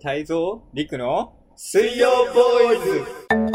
泰造陸の水曜ボーイズ。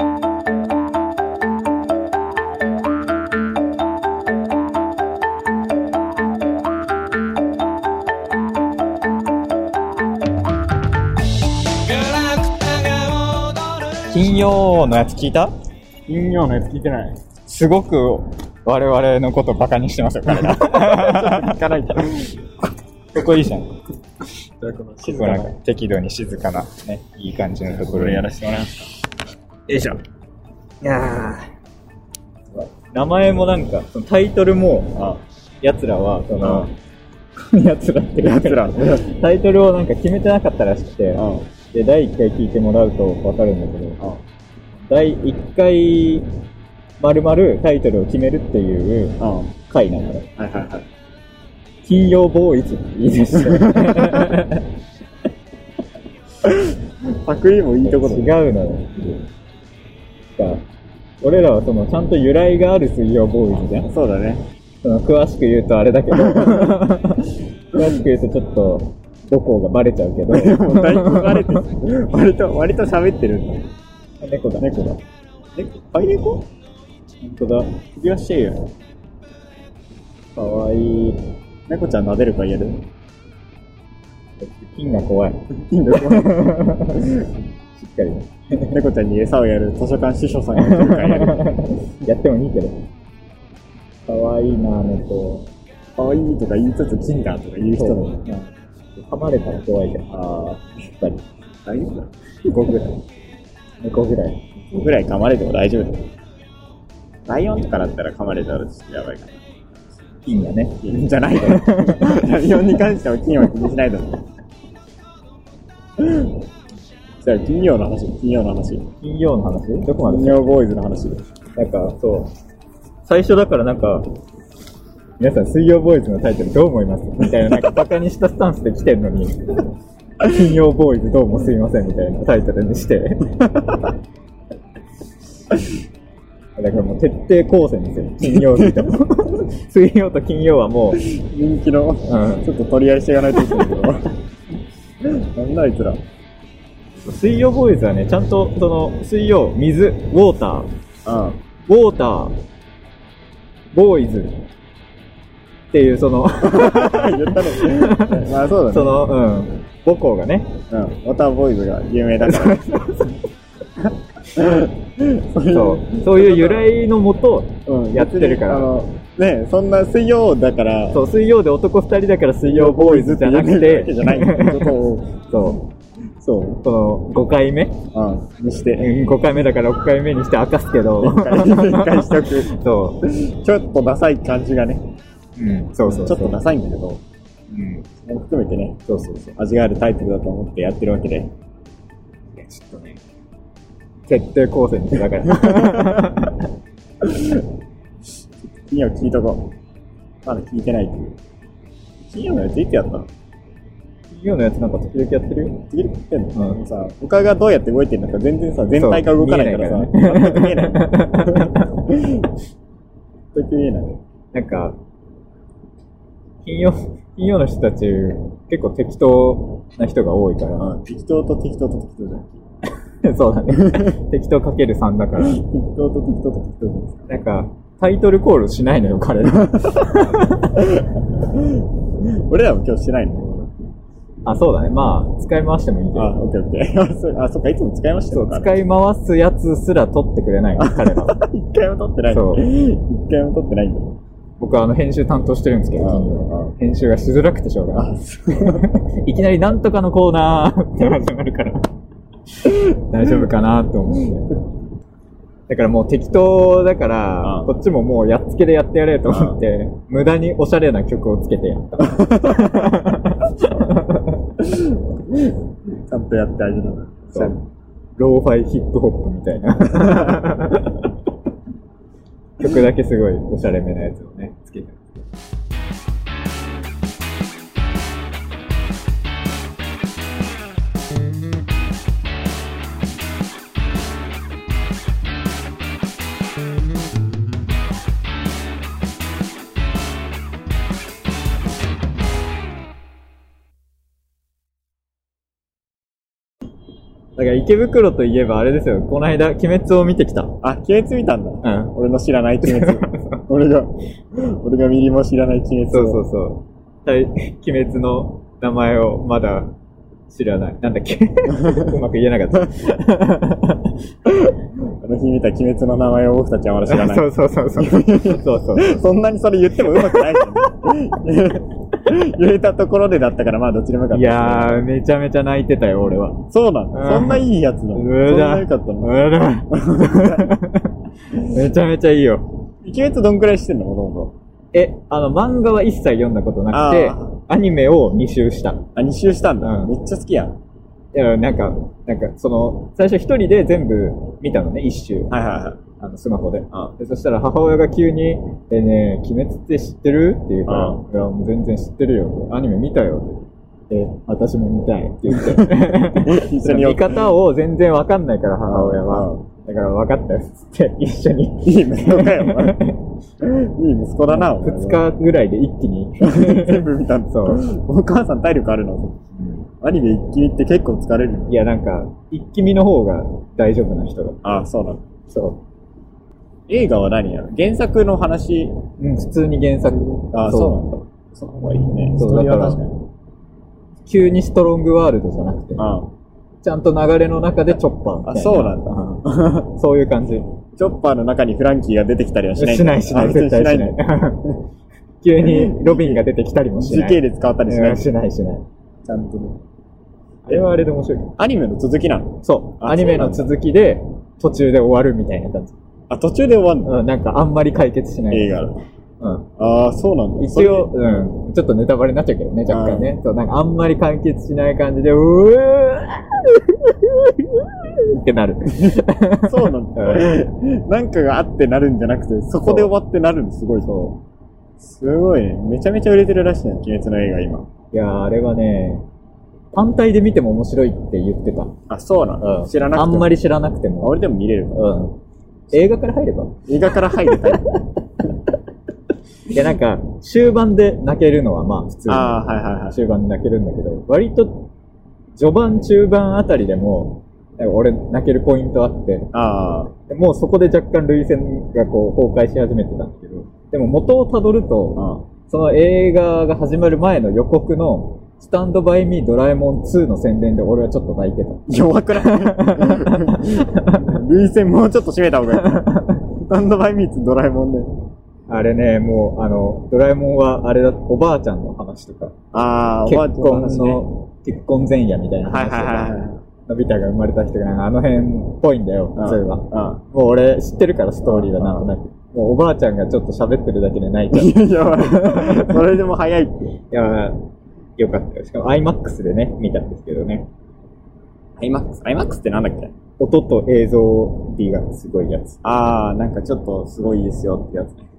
金曜のやつ聞いた？ 金曜のやつ聞いてない。 すごく我々のことバカにしてますよ、彼ら。 聞かないと。 ここいいじゃん。 静かな。 なんか適度に静かな、ね、いい感じのところにやらせてもらいました。よいしょ。 いやー、名前もなんか、そのタイトルも、奴らは、その、奴らって奴らタイトルをなんか決めてなかったらしくて、で、第1回聞いてもらうとわかるんだけど、第1回、丸々タイトルを決めるっていう回なんだよ。 はいはいはい。 金曜ボーイズっていいですよ。 パクリもいいところ。 違うのよ。俺らはそのちゃんと由来がある水曜ボーイズじゃん。 そうだね。 その詳しく言うとあれだけど、詳しく言うとちょっと母校がバレちゃうけど。 もうだいぶバレてる。割と喋ってるんだ。 猫だ。 パイネコ？ ほんとだ。 いらっしゃいよ。 かわいい。 猫ちゃん撫でるかやる？ 金が怖い。 金が怖い。 しっかりね。 猫ちゃんに餌をやる図書館司書さんがやるかやる。 やってもいいけど。かわいいな、猫。 かわいいとか言いつつ金だとか言う人の。 噛まれたら怖いけど。やっぱり。 大丈夫だ。5ぐらい。 猫ぐらい。 5ぐらい噛まれても大丈夫だ。ライオンとかだったら噛まれたらちょっとやばいから。 金がね。 金じゃないだろ。ライオンに関しては金は気にしないだろ。じゃあ金曜の話。 金曜の話どこまで？ 金曜ボーイズの話。 なんか、そう。最初だからなんか、皆さん水曜ボーイズのタイトルどう思いますみたいな、なんかバカにしたスタンスで来てるのに、金曜ボーイズどうもすいませんみたいなタイトルにして。だからもう徹底抗戦ですよ。金曜日と。水曜と金曜はもう。 人気の、ちょっと取り合いしていかないといけないけど。なんだあいつら。 水曜ボーイズはね、ちゃんと、その、水曜、水、ウォーター、ウォーター、ボーイズっていう、その、 言ったね。まあそうだね。 その、母校がね。 ウォーターボーイズが有名だから。 そういう由来のもと、やってるから。 ね、そんな水曜だから。 そう、水曜で男二人だから水曜ボーイズじゃなくて。 じゃない。 そう。その、5回目にして。 5回目だから6回目にして明かすけど。 1回しとく。 そう。 ちょっとダサい感じがね。 そう。 ちょっとダサいんだけど。それも含めてね。味があるタイトルだと思ってやってるわけで。 ちょっとね。徹底抗戦ですだから。 金曜聞いとこう。まだ聞いてないっていう。金曜のやついつやったの？ 金曜のやつなんか時々やってるよ。 時々やってんの？さ、他がどうやって動いてるのか全然さ、全体が動かないからさ、全く見えない。全く見えない。 なんか、金曜の人たち結構適当な人が多いから。 適当と適当と適当じゃん。 そうだね。適当かける3だから。 適当と適当と適当じゃなんか、タイトルコールしないのよ、彼ら。 俺らも今日してないの？ そうだね。まあ、使い回してもいいけど。 オッケーオッケー。そっか、いつも使い回してるのか。 使い回すやつすら取ってくれないの、彼ら。 一回も取ってないの？一回も取ってないんだ。 僕は編集担当してるんですけど、編集がしづらくてしょうがない。いきなりなんとかのコーナーって始まるから。大丈夫かなと思って。だからもう適当だから、こっちももうやっつけでやってやれと思って、無駄におしゃれな曲をつけてやった。ちゃんとやってあげるな。 ローファイヒップホップみたいな。曲だけすごいおしゃれめなやつをね、つけて。 だから池袋といえばあれですよ。この間、鬼滅を見てきた。 あ、鬼滅見たんだ。 うん。 俺の知らない鬼滅。俺がミリも知らない鬼滅。 そう。鬼滅の名前をまだ知らない。なんだっけうまく言えなかった。 あの日見た鬼滅の名前を僕たちはまだ知らない。 そう。 そんなにそれ言ってもうまくないじゃん。言えたところでだったからまあどっちでもよかった。 いやー、めちゃめちゃ泣いてたよ、俺は。 そうなんだ。そんないいやつだ。そんな良かったの。 めちゃめちゃいいよ。 鬼滅どんくらいしてんのもともと。 漫画は一切読んだことなくて、アニメを2周した。 あ、2周したんだ。 うん、 めっちゃ好きやん。 いや、なんか、最初一人で全部見たのね、一周。 はい。 スマホで。でそしたら母親が急に、ねえ、鬼滅って知ってるって言うから、いや、もう全然知ってるよ。アニメ見たよって。私も見たいって言って。一緒に見方を全然わかんないから、母親は。だから分かったよ、つって、一緒に。 いい息子かよ、いい息子だな、 2日ぐらいで一気に。 全部見たんだ。そう。お母さん体力あるの。アニメ一気見って結構疲れる。 いや、なんか、一気見の方が大丈夫な人だ。 ああ、そうなの。 そう。 映画は何やる？原作の話。 うん、普通に原作。 ああ、そうなんだ。その方がいいね。 そう、だから、急にストロングワールドじゃなくて。ちゃんと流れの中でチョッパーみたいな。 あ、そうなんだ。 そういう感じ。 チョッパーの中にフランキーが出てきたりはしない。 しない、絶対しない。急にロビンが出てきたりもしない。 時系列変わったりしない。 しない。 ちゃんとね。 あれはあれで面白い。 アニメの続きなの？ そう。アニメの続きで途中で終わるみたいな感じ。 あ、途中で終わるの？ うん、なんかあんまり解決しない。 映画。 うん。 ああ、そうなんだ。 一応、うん。ちょっとネタバレになっちゃうけどね、若干ね。そう、なんかあんまり完結しない感じで、ってなる。 そうなんだ。なんかがあってなるんじゃなくて、そこで終わってなるのすごい。そう。すごいね。めちゃめちゃ売れてるらしいね、鬼滅の映画今。 いやー、あれはね、単体で見ても面白いって言ってた。 あ、そうなの？知らなくても。 あんまり知らなくても。 俺でも見れるの？ うん。映画から入れば？ 映画から入れたい。 いや、なんか、終盤で泣けるのはまあ普通に。 はい。 終盤で泣けるんだけど、割と、序盤、中盤あたりでも、俺泣けるポイントあって、もうそこで若干涙腺がこう崩壊し始めてたんだけど、でも元をたどると、その映画が始まる前の予告の、スタンドバイミードラえもん2の宣伝で俺はちょっと泣いてた。 弱くない？涙腺もうちょっと締めた方がいい。スタンドバイミー2ドラえもんで。 あれね、もう、ドラえもんはあれだ、おばあちゃんの話とか。 おばあちゃんの話ね。 結婚前夜みたいな話とか。のび太が生まれた人があの辺っぽいんだよ、普通は。もう俺知ってるからストーリーはなんとなく。もうおばあちゃんがちょっと喋ってるだけで泣いちゃう。 いや、それでも早いって。 いや、よかったよ。しかも IMAX でね、見たんですけどね。 IMAX ってなんだっけ？ 音と映像美がすごいやつ。 なんかちょっとすごいですよってやつね。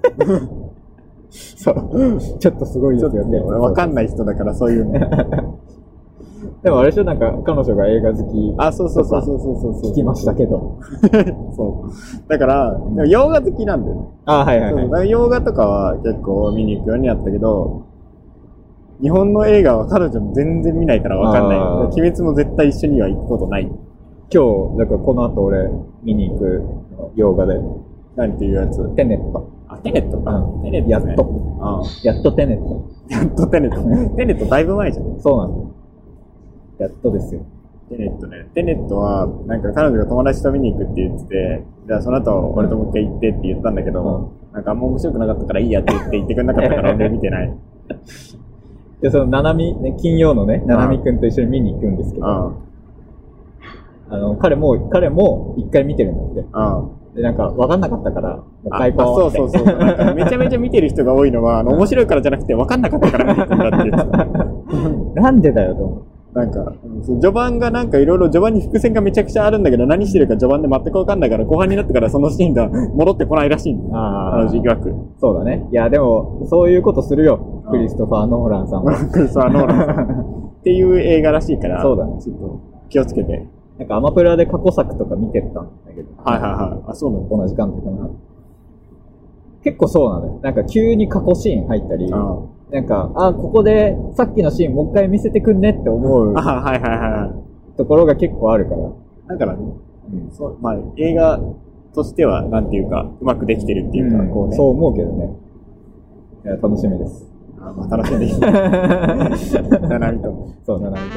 そう。ちょっとすごいですよね。 俺わかんない人だからそういうの。 でもあれでしょ、なんか彼女が映画好き。 そう。 聞きましたけど。 そう。だから、でも洋画好きなんだよね。 はい。 だから洋画とかは結構見に行くようになったけど、日本の映画は彼女も全然見ないからわかんない。鬼滅も絶対一緒には行くことない。 今日、だからこの後俺見に行く洋画で。 何っていうやつ？ テネット。 テネットか。 テネット、やっと。やっとテネット。 やっとテネット。テネットだいぶ前じゃん。 そうなんだ。やっとですよ。 テネットね。テネットは、なんか彼女が友達と見に行くって言ってて、じゃあその後俺ともう一回行ってって言ったんだけど、なんかあんま面白くなかったからいいやって言ってくれなかったから俺見てない。 で、そのななみ、ね、金曜のね、ななみくんと一緒に見に行くんですけど、彼も一回見てるんだって。で、なんか、わかんなかったから、もう一回行こうって。 そう。なんかめちゃめちゃ見てる人が多いのは、面白いからじゃなくて、わかんなかったから見に行くんだって言ってなんでだよ、と思う。 なんか、序盤がなんかいろいろ序盤に伏線がめちゃくちゃあるんだけど、何してるか序盤で全くわかんないから、後半になってからそのシーンが戻ってこないらしいんだ。疑惑。 そうだね。いや、でも、そういうことするよ。クリストファー・ノーランさんは。 クリストファー・ノーランさん。っていう映画らしいから、 そうだね。 ちょっと気をつけて。 なんかアマプラで過去作とか見てたんだけど。 はい。そうなの？ 同じ監督かな。結構そうなのよ。なんか急に過去シーン入ったり、なんか、ここでさっきのシーンもう一回見せてくんねって思う。 ところが結構あるから。 だからね、そうまあ映画としてはなんていうかうまくできてるっていうか、こうね。 そう思うけどね。いや楽しみです。 まあ楽しみです。ナナミと。 そうナナミと。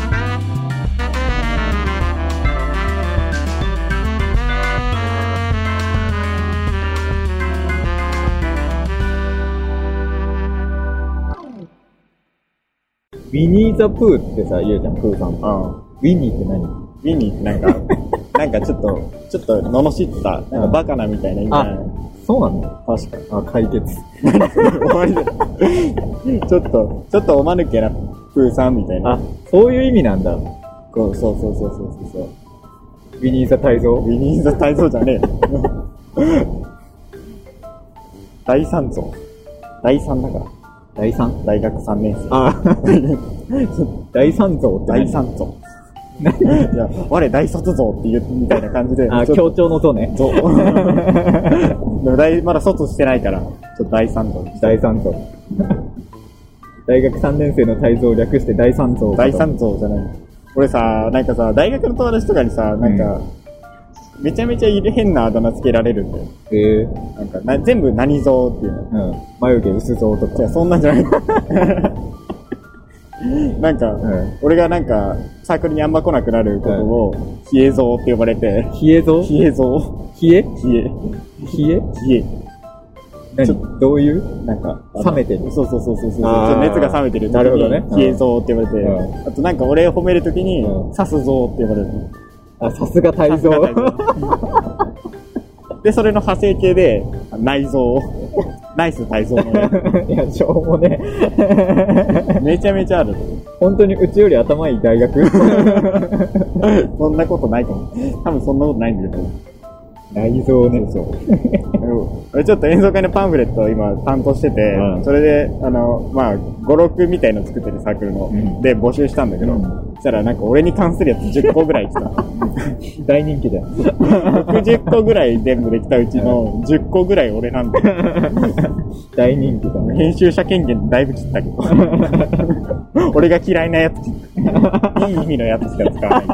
ウィニー・ザ・プーってさ、言うじゃん、プーさん。ウィニーって何？ ウィニーってなんかちょっと罵った、なんかバカなみたいな意味ない。 そうなの？ 確かに。 解決。 ちょっとおまぬけなプーさんみたいな。 そういう意味なんだ。 そう。ウウィニー・ザ・泰造？ ウィニー・ザ・泰造じゃねえ。第三像。第三だから。 第三？ 大学3年生。 第三像って第三像。いや、我大卒像って言うみたいな感じで。 強調の像ね。 像。まだ卒してないから、ちょっと第三像。 第三像。大学3年生の泰造を略して第三像。 第三像じゃない。俺さ、なんかさ、大学の友達とかにさ、なんか、めちゃめちゃ変なあだ名つけられるんだよ。なんか全部何像っていうの。 眉毛薄像とか。 いや、そんなんじゃない。なんか、俺がなんか、サークルにあんま来なくなることを、冷え像って呼ばれて。 冷え像？ 冷え像。 冷え？どういうなんか、 冷めてる。 そう。熱が冷めてる。 なるほどね。 冷え像って呼ばれて。あとなんか俺を褒めるときに、刺す像って呼ばれる。 さすが泰造。 で、それの派生形で、内臓。ナイス泰造のね。 いや、しょうもね。 めちゃめちゃある。 本当にうちより頭いい大学？ そんなことないと思う。多分そんなことないんだけど。 内臓ね。 そう。俺ちょっと演奏会のパンフレットを今担当してて、それで、まあ、5、6みたいの作っててサークルの。で、募集したんだけど、そしたらなんか俺に関するやつ10個ぐらい来た。 大人気じゃん。 60個ぐらい全部できたうちの10個ぐらい俺なんだよ。 大人気だね。 編集者権限だいぶ切ったけど。俺が嫌いなやつ切った。いい意味のやつしか使わない。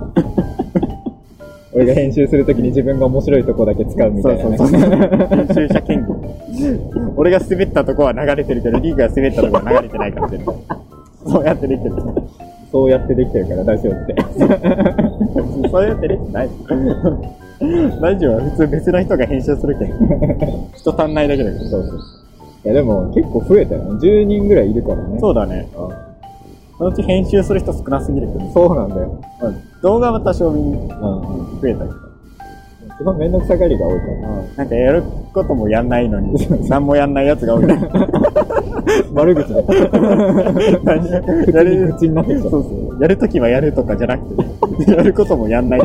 俺が編集するときに自分が面白いとこだけ使うみたいなね。 そう。編集者権限。俺が滑ったとこは流れてるけど、リーグが滑ったとこは流れてないから全然。そうやってできてる。 そうやってできてるから大丈夫って。 そうやってできてない。ラジオは普通別の人が編集するけど。人足んないだけだけど。 そう。いやでも結構増えたよね。10人ぐらいいるからね。 そうだね。そのうち編集する人少なすぎるけど。 そうなんだよ。 動画は多少増えたけど。 一番めんどくさがりが多いから。 なんかやることもやんないのに、何もやんないやつが多い。 悪口だ。やる口になってきた。 そう。やるときはやるとかじゃなくて、やることもやんない。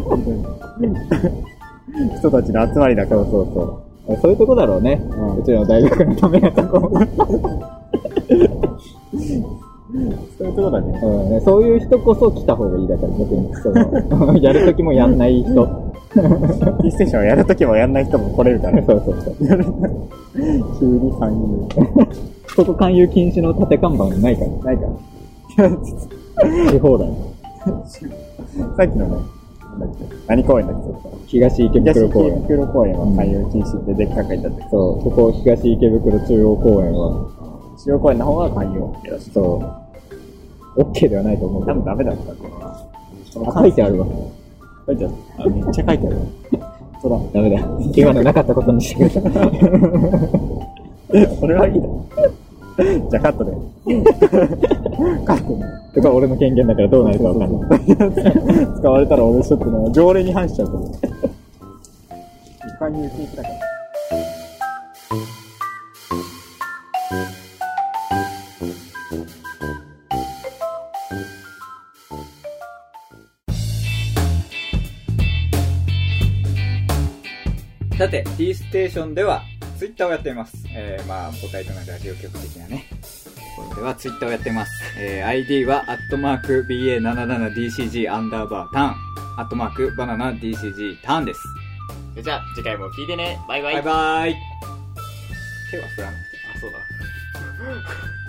人たちの集まりだから。 そういうとこだろうね。うちの大学のためのとこ。 そういうとこだね。 そういう人こそ来た方がいいだから、逆に。やるときもやんない人。 キーステーションはやるときもやんない人も来れるから。 そう。 急に勧誘。 ここ勧誘禁止の縦看板ないから。 ないから。 地方だよ。 さっきのね、何公園だっけ？ 東池袋公園。 東池袋公園は勧誘禁止ってでっかく書いてあったけど。 そう、ここ東池袋中央公園は。 中央公園の方が勧誘 OK だし。 そう。OK ではないと思うけど。 多分ダメだったんだよな。 書いてあるわ。 書いてある。めっちゃ書いてある。そうだ。 ダメだ。今のなかったことにしてくれた。 それはいいだ。じゃあカットで。カットで。 とか俺の権限だからどうなるかわかんない。 使われたら俺ちょっとな、条例に反しちゃうと思う。勧誘禁止だから。 さて、T ステーションではツイッターをやっています。まあ、母体となるラジオ局的なね。ところではツイッターをやっています。ID は、@BA77DCG_TAN、@BANANADCG TAN です。 じゃあ、次回も聞いてね。バイバイ。 バイバイ。手は振らなくて。 あ、そうだ。